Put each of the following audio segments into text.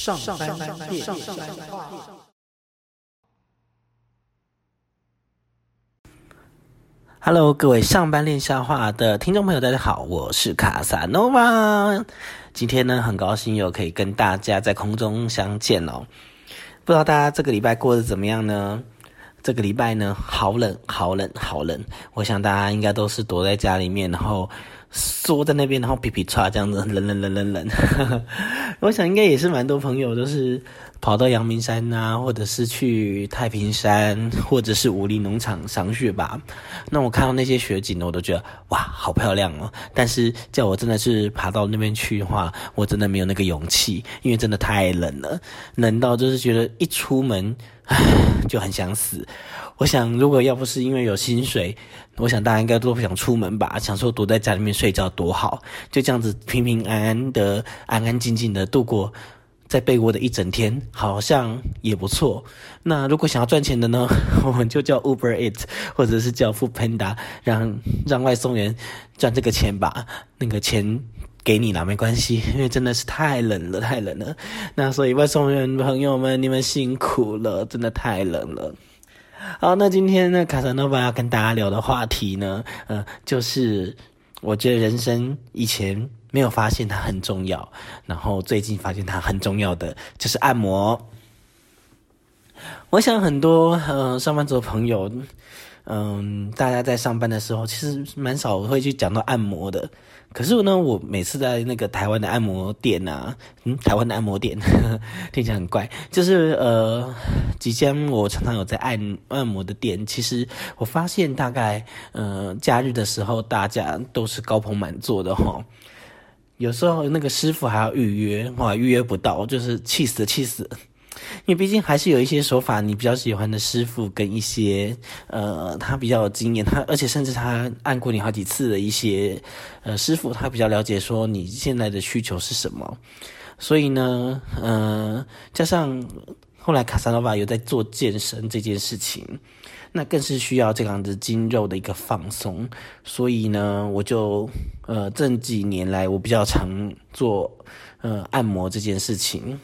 上班练笑话。Hello， 各位上班练笑话的听众朋友，大家好，我是卡萨诺瓦。今天呢，很高兴又可以跟大家在空中相见哦。不知道大家这个礼拜过得怎么样呢？这个礼拜呢，好冷。我想大家应该都是躲在家里面，然后缩在那边，然后皮皮唰这样子，冷。我想应该也是蛮多朋友都是跑到阳明山啊，或者是去太平山，或者是武陵农场赏雪吧。那我看到那些雪景呢，我都觉得哇，好漂亮哦。但是叫我真的是爬到那边去的话，我真的没有那个勇气，因为真的太冷了，冷到就是觉得一出门就很想死。我想如果要不是因为有薪水，我想大家应该都不想出门吧，想说躲在家里面睡觉多好，就这样子平平安安的安安静静的度过在被窝的一整天，好像也不错。那如果想要赚钱的呢，我们就叫 Uber Eats 或者是叫 Food Panda， 让外送员赚这个钱吧，那个钱给你啦，没关系，因为真的是太冷了。那所以外送员朋友们，你们辛苦了，真的太冷了。好，那今天呢，卡萨诺瓦要跟大家聊的话题呢，就是我觉得人生以前没有发现它很重要，然后最近发现它很重要的就是按摩。我想很多上班族的朋友，大家在上班的时候其实蛮少会去讲到按摩的。可是呢，我每次在那个台湾的按摩店啊，台湾的按摩店听起来很怪，就是几间我常常有在按摩的店，其实我发现大概假日的时候大家都是高朋满座的齁。有时候那个师傅还要预约，预约不到，就是气死了。因为毕竟还是有一些手法你比较喜欢的师傅，跟一些他比较有经验，而且甚至他按过你好几次的一些师傅，他比较了解说你现在的需求是什么。所以呢加上后来卡萨诺瓦有在做健身这件事情，那更是需要这样子筋肉的一个放松。所以呢我就这几年来我比较常做按摩这件事情。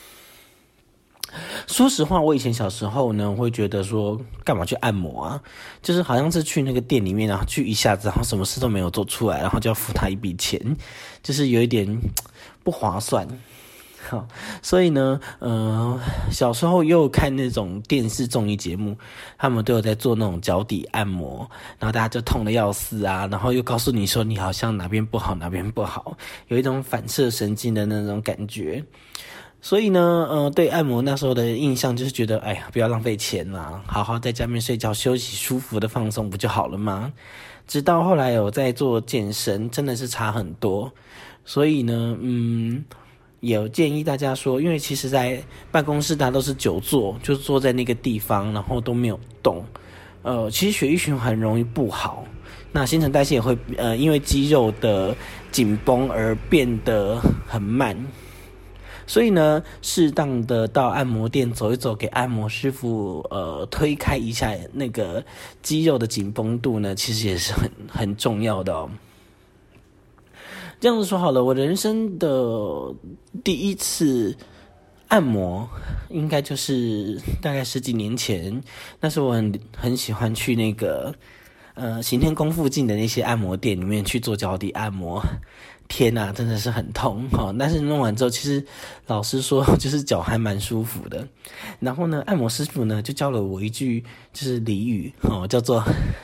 说实话，我以前小时候呢，会觉得说干嘛去按摩啊？就是好像是去那个店里面，然后去一下子，然后什么事都没有做出来，然后就要付他一笔钱，就是有一点不划算。好，所以呢，小时候又看那种电视综艺节目，他们都有在做那种脚底按摩，然后大家就痛得要死啊，然后又告诉你说你好像哪边不好，有一种反射神经的那种感觉。所以呢，对按摩那时候的印象就是觉得，哎呀，不要浪费钱啦，好好在家面睡觉休息，舒服的放松不就好了吗？直到后来有在做健身，真的是差很多。所以呢，有建议大家说，因为其实在办公室大家都是久坐，就坐在那个地方，然后都没有动，其实血液循环容易不好，那新陈代谢也会因为肌肉的紧绷而变得很慢。所以呢，适当的到按摩店走一走，给按摩师傅推开一下那个肌肉的紧绷度呢，其实也是很重要的哦。这样子说好了，我人生的第一次按摩应该就是大概10几年前，那时候我很喜欢去那个行天宫附近的那些按摩店里面去做脚底按摩。天啊，真的是很痛但是弄完之后，其实老实说，就是脚还蛮舒服的。然后呢，按摩师傅呢就教了我一句就是俚语叫做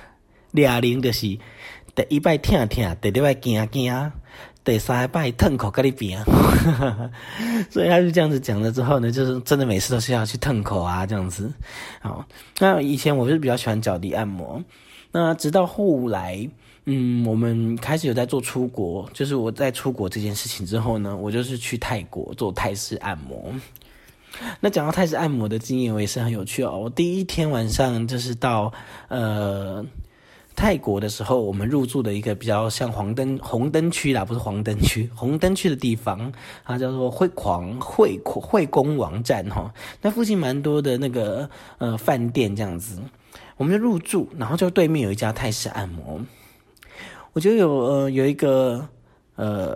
“俩铃就是第一摆痛，第二摆惊，第三摆痛口跟你比啊”。所以他就这样子讲了之后呢，就是真的每次都是要去痛口啊这样子。好，那以前我是比较喜欢脚底按摩，那直到后来。我们开始有在做出国，就是我在出国这件事情之后呢，我就是去泰国做泰式按摩。那讲到泰式按摩的经验，我也是很有趣哦。我第一天晚上就是到泰国的时候，我们入住的一个比较像红灯区啦，不是黄灯区，红灯区的地方，它叫做惠公王站哈。那附近蛮多的那个饭店这样子，我们就入住，然后就对面有一家泰式按摩。我觉得有一个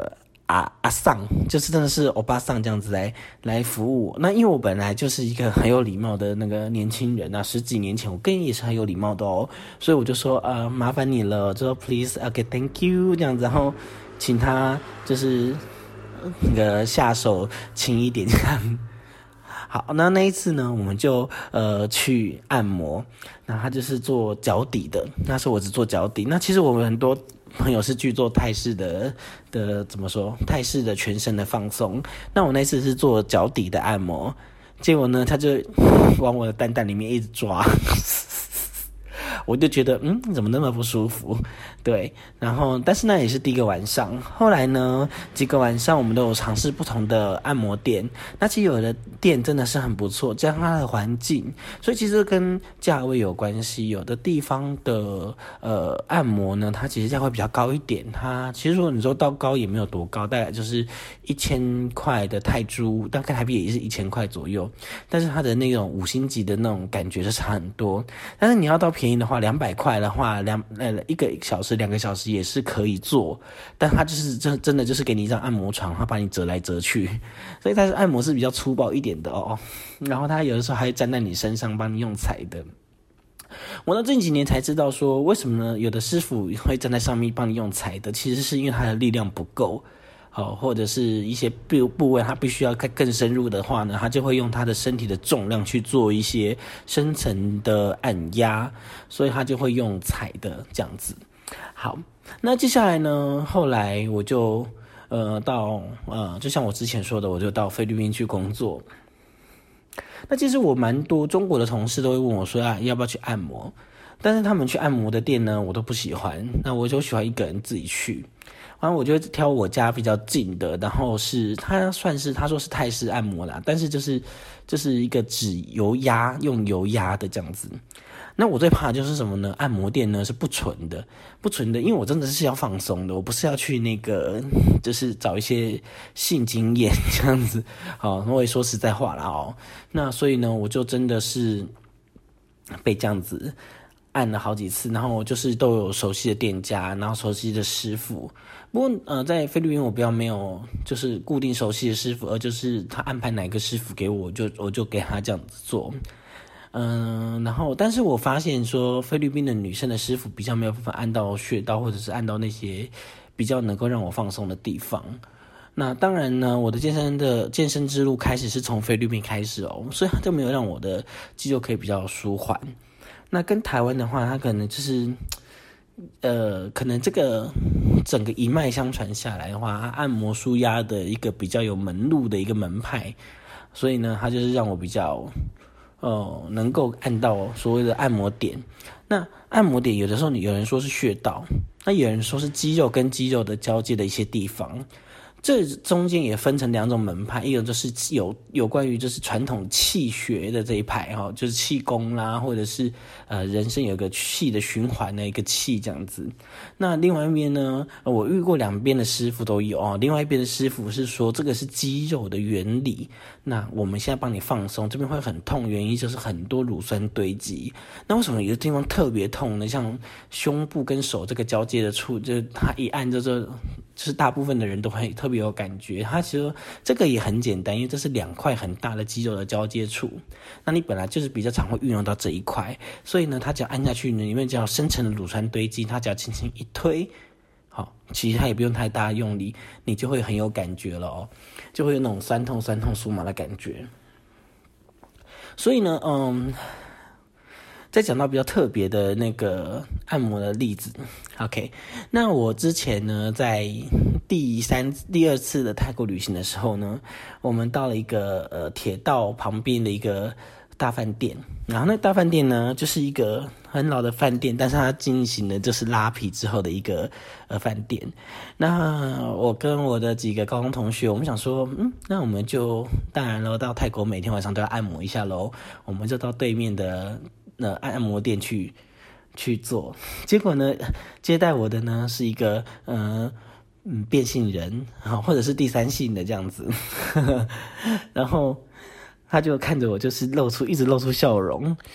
阿桑，就是真的是欧巴桑这样子来服务我。那因为我本来就是一个很有礼貌的那个年轻人啊，10几年前我更也是很有礼貌的哦，所以我就说麻烦你了，就说 please thank you 这样子，然后请他就是那个下手轻一点这样。好，那一次呢，我们就去按摩，那他就是做脚底的，那时候我只做脚底。那其实我们很多朋友是去做泰式的怎么说？泰式的全身的放松。那我那次是做脚底的按摩，结果呢，他就往我的蛋蛋里面一直抓。我就觉得怎么那么不舒服，对，然后但是那也是第一个晚上，后来呢几个晚上我们都有尝试不同的按摩店，那其实有的店真的是很不错，加上它的环境，所以其实跟价位有关系，有的地方的按摩呢，它其实价位比较高一点，它其实如果你说到高也没有多高，大概就是1000块的泰铢，大概台币也是1000块左右，但是它的那种5星级的那种感觉就差很多，但是你要到便宜的话200块的话1个小时2个小时也是可以做，但它就是真的就是给你一张按摩床，它把你折来折去，所以它是按摩是比较粗暴一点的哦，然后它有的时候还会站在你身上帮你用踩的。我到这几年才知道说为什么呢，有的师傅会站在上面帮你用踩的，其实是因为他的力量不够，或者是一些部位他必须要更深入的话呢，他就会用他的身体的重量去做一些深层的按压，所以他就会用踩的这样子。好，那接下来呢，后来我就到就像我之前说的，我就到菲律宾去工作。那其实我蛮多中国的同事都会问我说要不要去按摩，但是他们去按摩的店呢，我都不喜欢，那我就喜欢一个人自己去。然后我就会挑我家比较近的，然后是他说是泰式按摩啦，但是就是一个用油压的这样子。那我最怕的就是什么呢？按摩店呢是不纯的，因为我真的是要放松的，我不是要去那个就是找一些性经验这样子。好，我也说实在话啦哦。那所以呢，我就真的是被这样子按了好几次，然后就是都有熟悉的店家，然后熟悉的师傅。不过在菲律宾我比较没有就是固定熟悉的师傅，而就是他安排哪一个师傅给我就给他这样子做。然后但是我发现说菲律宾的女生的师傅比较没有办法按到穴道，或者是按到那些比较能够让我放松的地方。那当然呢，我的健身之路开始是从菲律宾开始哦，所以它就没有让我的肌肉可以比较舒缓。那跟台湾的话，它可能就是可能这个整个一脉相传下来的话，它按摩舒压的一个比较有门路的一个门派，所以呢，它就是让我比较能够按到所谓的按摩点。那按摩点有的时候有人说是穴道，那有人说是肌肉跟肌肉的交界的一些地方。这中间也分成2种门派，一种就是有关于就是传统气学的这一派就是气功啦，或者是人生有个气的循环的一个气这样子。那另外一边呢，我遇过2边的师傅都有另外一边的师傅是说这个是肌肉的原理，那我们现在帮你放松，这边会很痛，原因就是很多乳酸堆积。那为什么有的地方特别痛呢？像胸部跟手这个交界的处，就是它一按就是大部分的人都会特别有感觉。它其实这个也很简单，因为这是2块很大的肌肉的交接处，那你本来就是比较常会运用到这一块，所以呢它只要按下去呢，因为只要深层的乳酸堆积，它只要轻轻一推，好，其实它也不用太大用力，你就会很有感觉了就会有那种酸痛酥麻的感觉。所以呢再讲到比较特别的那个按摩的例子 ，OK， 那我之前呢，在第2次的泰国旅行的时候呢，我们到了一个铁道旁边的一个大饭店，然后那大饭店呢，就是一个很老的饭店，但是它进行的就是拉皮之后的一个饭店。那我跟我的几个高中同学，我们想说，那我们就当然了，到泰国每天晚上都要按摩一下咯，我们就到对面的按摩店去做。结果呢，接待我的呢是一个变性人或者是第3性的这样子然后他就看着我，就是一直露出笑容，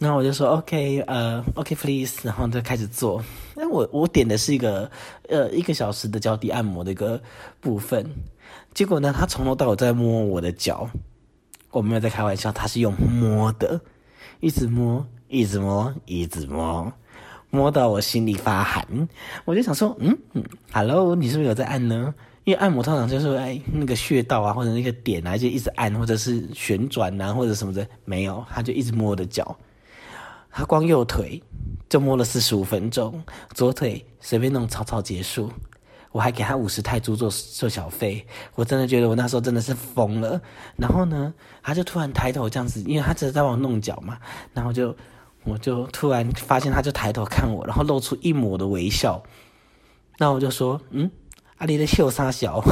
然后我就说 OK please， 然后就开始做。那我点的是一个1个小时的脚底按摩的一个部分，结果呢，他从头到尾在摸我的脚，我没有在开玩笑，他是用摸的，一直摸，一直摸，一直摸，摸到我心里发寒。我就想说，Hello， 你是不是有在按呢？因为按摩通常就是那个穴道啊，或者那个点啊，就一直按，或者是旋转啊，或者什么的，没有，他就一直摸我的脚。他光右腿就摸了45分钟，左腿随便弄草草结束。我还给他50泰铢做小费，我真的觉得我那时候真的是疯了。然后呢，他就突然抬头这样子，因为他只是在帮我弄脚嘛，然后我就突然发现他就抬头看我，然后露出一抹的微笑。那我就说，你在笑啥笑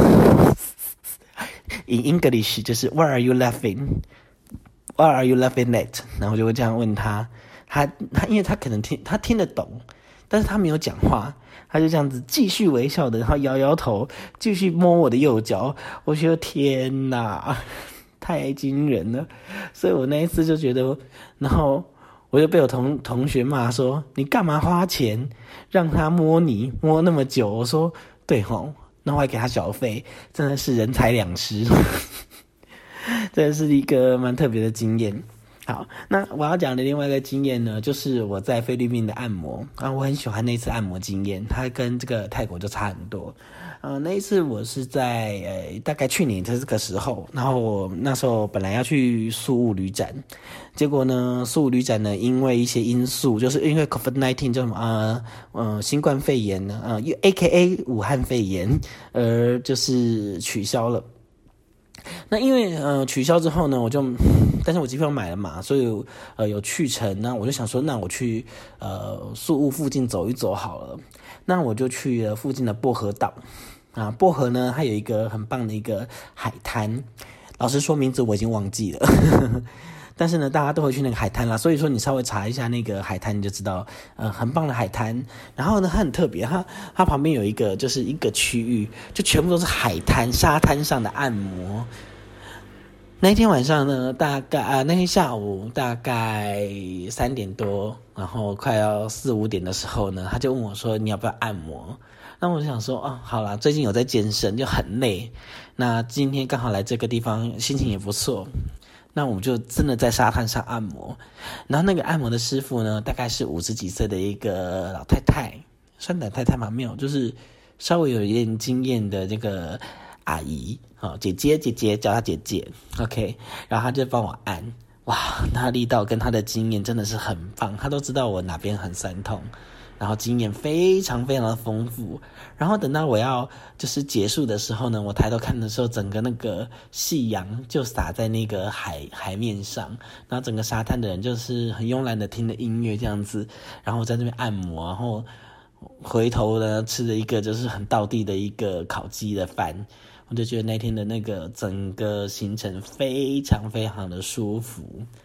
？In English 就是 What are you laughing? What are you laughing at? 然后我就会这样问他，他因为他可能他听得懂，但是他没有讲话，他就这样子继续微笑的，然后摇摇头，继续摸我的右脚。我觉得天哪，太惊人了！所以我那一次就觉得，然后我就被我同学骂说：“你干嘛花钱让他摸你摸那么久？”我说：“对吼。”然后我还给他小费，真的是人财两失，真的是一个蛮特别的经验。好，那我要讲的另外一个经验呢，就是我在菲律宾的按摩啊，我很喜欢那次按摩经验，它跟这个泰国就差很多。那一次我是在大概去年的这个时候，然后我那时候本来要去宿务旅展，结果呢，宿务旅展呢因为一些因素，就是因为 COVID-19 叫什么新冠肺炎呢AKA 武汉肺炎，就是取消了。那因为取消之后呢，但是我机票买了嘛，所以有去程。那我就想说，那我去宿务附近走一走好了。那我就去了附近的薄荷岛啊。薄荷呢，它有一个很棒的一个海滩，老实说名字我已经忘记了，但是呢，大家都会去那个海滩啦。所以说你稍微查一下那个海滩，你就知道很棒的海滩。然后呢，它很特别，它旁边有一个就是一个区域，就全部都是海滩沙滩上的按摩。那天晚上呢，那天下午大概3点多，然后快要4、5点的时候呢，他就问我说：“你要不要按摩？”那我就想说，好啦，最近有在健身，就很累。那今天刚好来这个地方，心情也不错。那我们就真的在沙滩上按摩。然后那个按摩的师傅呢，大概是50几岁的一个老太太，算老太太吗？没有，就是稍微有一点经验的这个阿姨。姐姐叫她姐姐 ，OK， 然后她就帮我按，哇，她力道跟她的经验真的是很棒，她都知道我哪边很酸痛，然后经验非常非常的丰富。然后等到我要就是结束的时候呢，我抬头看的时候，整个那个夕阳就洒在那个海面上，然后整个沙滩的人就是很慵懒的听着音乐这样子，然后我在那边按摩，然后回头呢吃了一个就是很道地的一个烤鸡的饭。我就觉得那天的那个整个行程非常非常的舒服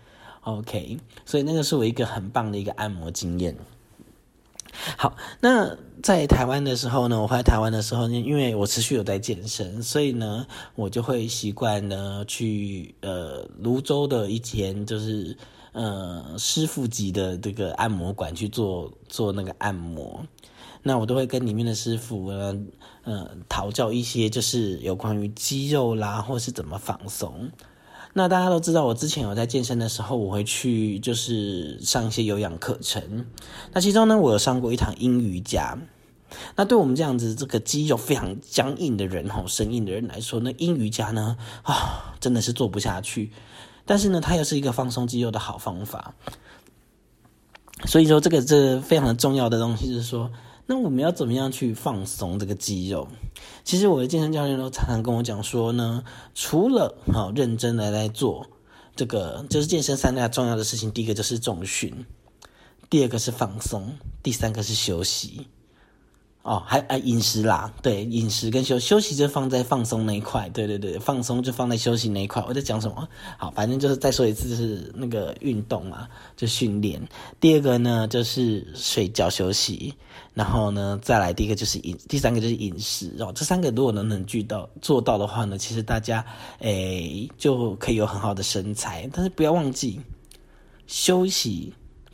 ，OK， 所以那个是我一个很棒的一个按摩经验。好，那在台湾的时候呢，我回来台湾的时候，因为我持续有在健身，所以呢，我就会习惯呢去泸州的一间就是师傅级的这个按摩馆去做那个按摩。那我都会跟里面的师傅讨教一些就是有关于肌肉啦，或是怎么放松。那大家都知道，我之前有在健身的时候，我会去就是上一些有氧课程。那其中呢，我有上过一堂阴瑜伽。那对我们这样子这个肌肉非常僵硬的人生硬的人来说，那阴瑜伽呢真的是做不下去。但是呢，它又是一个放松肌肉的好方法。所以说这非常的重要的东西是说，那我们要怎么样去放松这个肌肉？其实我的健身教练都常常跟我讲说呢，除了认真的来做这个，就是健身3大重要的事情，第一个就是重训，第二个是放松，第三个是休息。还饮食啦，对，饮食跟休息就放在放松那一块，对，放松就放在休息那一块。我在讲什么？好，反正就是再说一次，就是那个运动嘛，就训练。第二个呢就是睡觉休息，然后呢再来第三个就是饮食。这3个如果能做到的话呢，其实大家就可以有很好的身材。但是不要忘记休息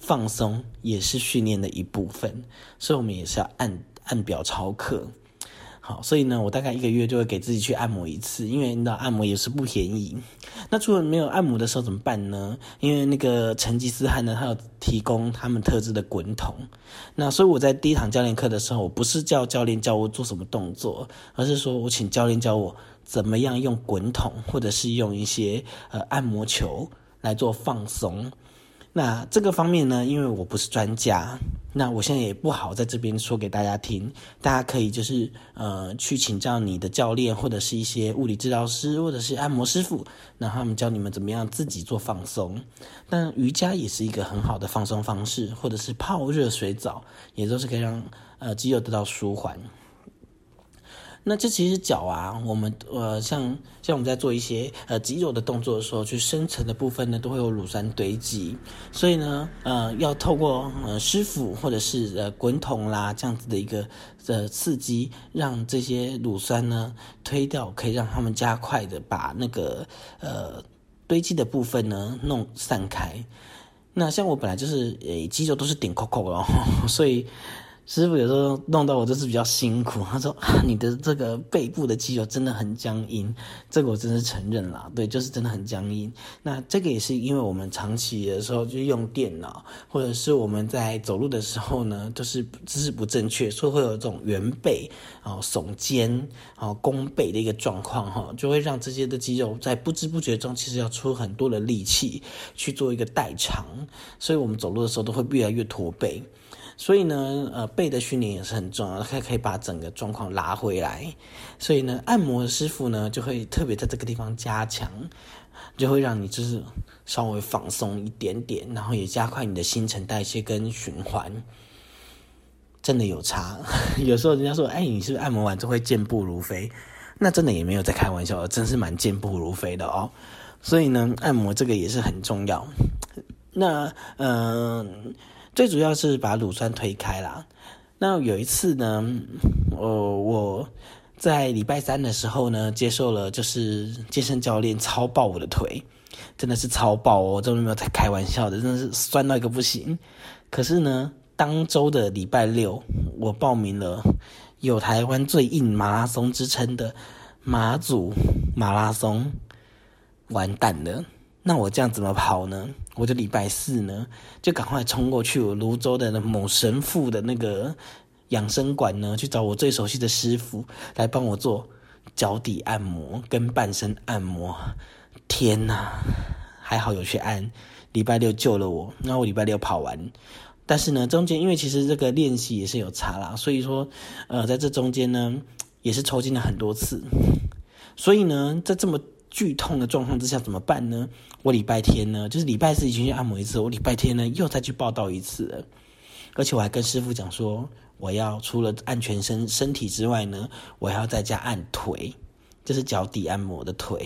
放松也是训练的一部分，所以我们也是要按表操课。好，所以呢，我大概1个月就会给自己去按摩一次，因为你知道按摩也是不便宜。那除了没有按摩的时候怎么办呢？因为那个成吉思汗呢，他有提供他们特制的滚筒。那所以我在第一堂教练课的时候，我不是叫教练教我做什么动作，而是说我请教练教我怎么样用滚筒，或者是用一些按摩球来做放松。那这个方面呢，因为我不是专家，那我现在也不好在这边说给大家听，大家可以就是去请教你的教练，或者是一些物理治疗师，或者是按摩师傅，那他们教你们怎么样自己做放松。但瑜伽也是一个很好的放松方式，或者是泡热水澡，也都是可以让肌肉得到舒缓。那这其实脚啊，我们像我们在做一些肌肉的动作的时候，去深层的部分呢，都会有乳酸堆积，所以呢要透过师傅或者是滚筒啦这样子的一个刺激，让这些乳酸呢推掉，可以让他们加快的把那个堆积的部分呢弄散开。那像我本来就是肌肉都是顶扣扣了，所以师傅有时候弄到我就是比较辛苦，他说你的这个背部的肌肉真的很僵硬，这个我真是承认啦，对，就是真的很僵硬。那这个也是因为我们长期的时候就用电脑，或者是我们在走路的时候呢，就是姿势不正确，所以会有这种圆背耸肩弓背的一个状况，就会让这些的肌肉在不知不觉中其实要出很多的力气去做一个代偿，所以我们走路的时候都会越来越驼背。所以呢背的训练也是很重要，可以把整个状况拉回来。所以呢按摩的师傅呢就会特别在这个地方加强，就会让你就是稍微放松一点点，然后也加快你的新陈代谢跟循环，真的有差。有时候人家说你是不是按摩完就会健步如飞，那真的也没有在开玩笑的，真是蛮健步如飞的哦。所以呢按摩这个也是很重要。那最主要是把乳酸推开啦。那有一次呢我在礼拜3的时候呢接受了就是健身教练操爆我的腿，真的是操爆哦，真的没有在开玩笑的，真的是酸到一个不行。可是呢当周的礼拜6我报名了有台湾最硬马拉松之称的马祖马拉松，完蛋了。那我这样怎么跑呢？我就礼拜4呢就赶快冲过去我泸州的某神父的那个养生馆呢，去找我最熟悉的师傅来帮我做脚底按摩跟半身按摩。天哪，还好有去按，礼拜6救了我。然后我礼拜6跑完，但是呢中间因为其实这个练习也是有差啦，所以说在这中间呢也是抽筋了很多次。所以呢在这么剧痛的状况之下怎么办呢？我礼拜天呢就是礼拜4已经去按摩一次，我礼拜天呢又再去报到一次了。而且我还跟师傅讲说，我要除了按全身体之外呢，我还要再加按腿，就是脚底按摩的腿。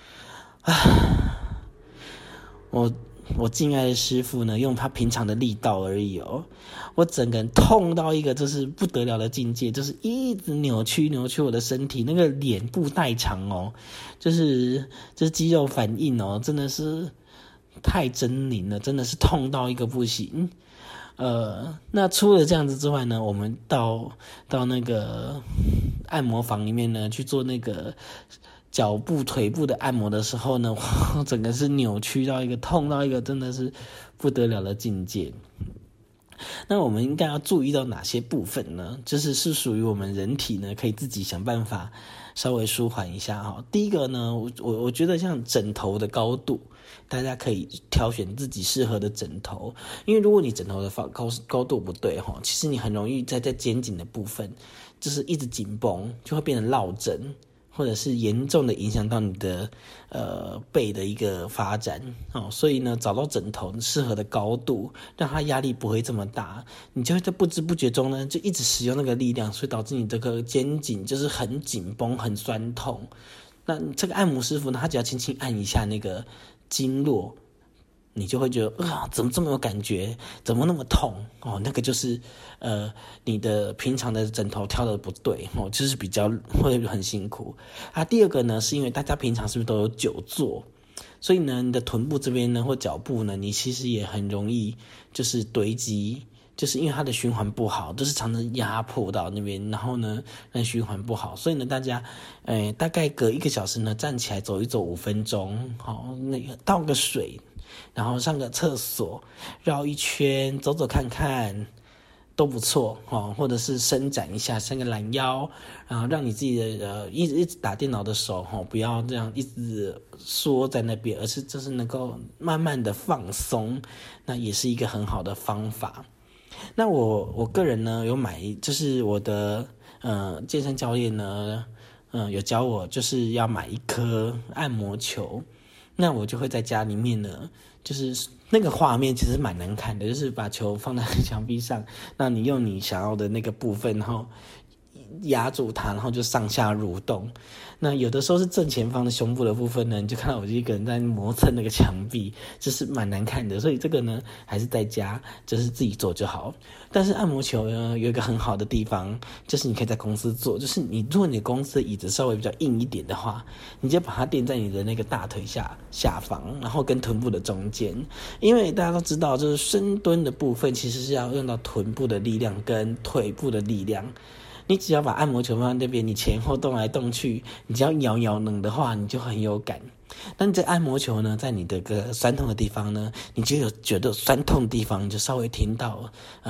我敬爱的师傅呢用他平常的力道而已哦，我整个人痛到一个就是不得了的境界，就是一直扭曲我的身体，那个脸部代偿哦，就是肌肉反应哦，真的是太狰狞了，真的是痛到一个不行。那除了这样子之外呢，我们到那个按摩房里面呢去做那个脚部腿部的按摩的时候呢，我整个是扭曲到一个痛到一个真的是不得了的境界。那我们应该要注意到哪些部分呢？就是属于我们人体呢可以自己想办法稍微舒缓一下哈。第一个呢，我觉得像枕头的高度，大家可以挑选自己适合的枕头，因为如果你枕头的高度不对哈，其实你很容易在肩颈的部分就是一直紧绷，就会变成落枕，或者是严重的影响到你的背的一个发展所以呢找到枕头适合的高度，让它压力不会这么大，你就会在不知不觉中呢就一直使用那个力量，所以导致你这个肩颈就是很紧绷很酸痛。那这个按摩师傅呢，他只要轻轻按一下那个经络，你就会觉得怎么这么有感觉，怎么那么痛那个就是你的平常的枕头挑的不对就是比较会很辛苦第二个呢，是因为大家平常是不是都有久坐， 所以呢，你的臀部这边呢或脚部呢，你其实也很容易就是堆积，就是因为它的循环不好，就是常常压迫到那边，然后呢，让循环不好，所以呢，大家，大概隔1个小时呢，站起来走一走5分钟，好，那个倒个水，然后上个厕所，绕一圈，走走看看。都不错或者是伸展一下，伸个懒腰，然后让你自己的一直打电脑的手不要这样一直缩在那边，而是就是能够慢慢的放松，那也是一个很好的方法。那我个人呢有买，就是我的健身教练呢有教我就是要买一颗按摩球，那我就会在家里面呢，就是那个画面其实蛮难看的，就是把球放在墙壁上，那你用你想要的那个部分，然后压住它，然后就上下蠕动。那有的时候是正前方的胸部的部分呢，你就看到我一个人在磨蹭那个墙壁，就是蛮难看的。所以这个呢，还是在家就是自己做就好。但是按摩球呢，有一个很好的地方，就是你可以在公司做，就是如果你公司的椅子稍微比较硬一点的话，你就把它垫在你的那个大腿下方，然后跟臀部的中间。因为大家都知道，就是深蹲的部分其实是要用到臀部的力量跟腿部的力量。你只要把按摩球放在那边，你前后动来动去，你只要摇能的话，你就很有感。但这按摩球呢，在你的个酸痛的地方呢，你就有觉得酸痛的地方，就稍微停到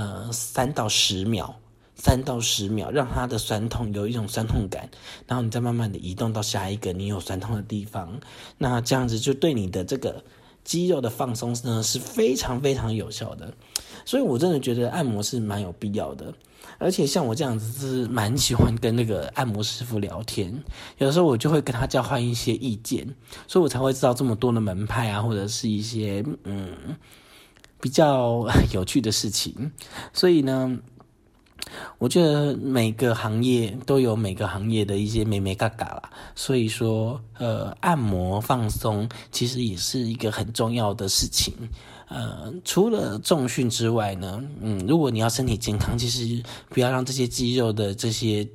3到10秒，3到10秒，让它的酸痛有一种酸痛感，然后你再慢慢的移动到下一个你有酸痛的地方，那这样子就对你的这个肌肉的放松呢是非常非常有效的。所以我真的觉得按摩是蛮有必要的。而且像我这样子是蛮喜欢跟那个按摩师傅聊天，有的时候我就会跟他交换一些意见，所以我才会知道这么多的门派啊，或者是一些比较有趣的事情。所以呢，我觉得每个行业都有每个行业的一些眉眉角角啦，所以说按摩放松其实也是一个很重要的事情。除了重训之外呢，如果你要身体健康，其实不要让这些肌肉的这些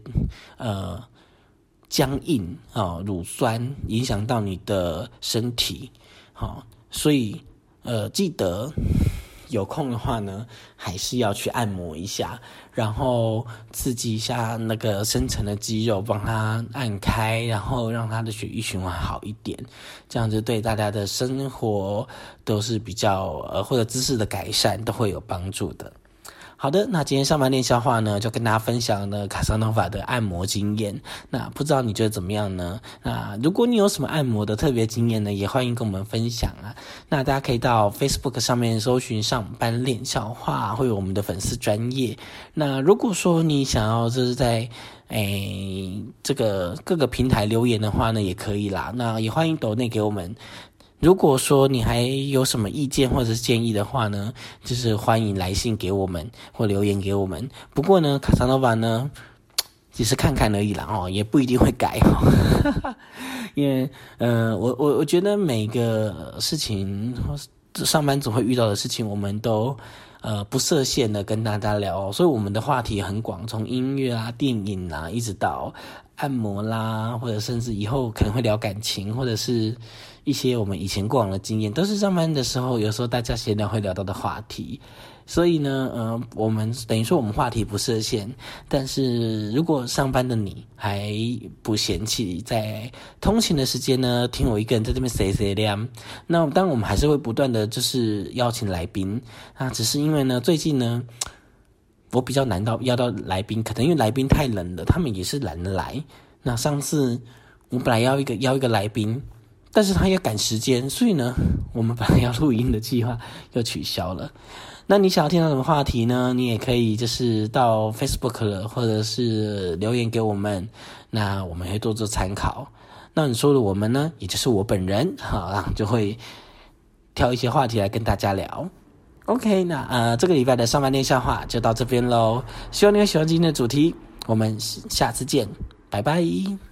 僵硬乳酸影响到你的身体。所以记得有空的话呢，还是要去按摩一下，然后刺激一下那个深层的肌肉，帮它按开，然后让它的血液循环好一点，这样子对大家的生活都是比较或者姿势的改善都会有帮助的。好的，那今天上班练消化呢，就跟大家分享了卡萨诺瓦的按摩经验。那不知道你觉得怎么样呢？那如果你有什么按摩的特别经验呢，也欢迎跟我们分享啊。那大家可以到 Facebook 上面搜寻上班练消化，会有我们的粉丝专页。那如果说你想要就是在这个各个平台留言的话呢，也可以啦。那也欢迎抖内给我们。如果说你还有什么意见或者是建议的话呢，就是欢迎来信给我们或留言给我们。不过呢，卡萨诺瓦呢只是看看而已啦也不一定会改因为我觉得每个事情上班族会遇到的事情，我们都不设限的跟大家聊所以我们的话题很广，从音乐啊、电影啊，一直到按摩啦，或者甚至以后可能会聊感情，或者是一些我们以前过往的经验，都是上班的时候有时候大家闲聊会聊到的话题。所以呢我们等于说我们话题不设限，但是如果上班的你还不嫌弃在通勤的时间呢听我一个人在这边谁亮，那当然我们还是会不断的就是邀请来宾只是因为呢最近呢我比较难邀到来宾，可能因为来宾太冷了，他们也是懒得来。那上次我本来邀一个来宾，但是他也赶时间，所以呢我们本来要录音的计划又取消了。那你想要听到什么话题呢？你也可以就是到 Facebook 了，或者是留言给我们，那我们会多做参考。那你说的我们呢，也就是我本人就会挑一些话题来跟大家聊。OK， 那这个礼拜的上班练笑话就到这边咯，希望你会喜欢今天的主题，我们下次见，拜拜。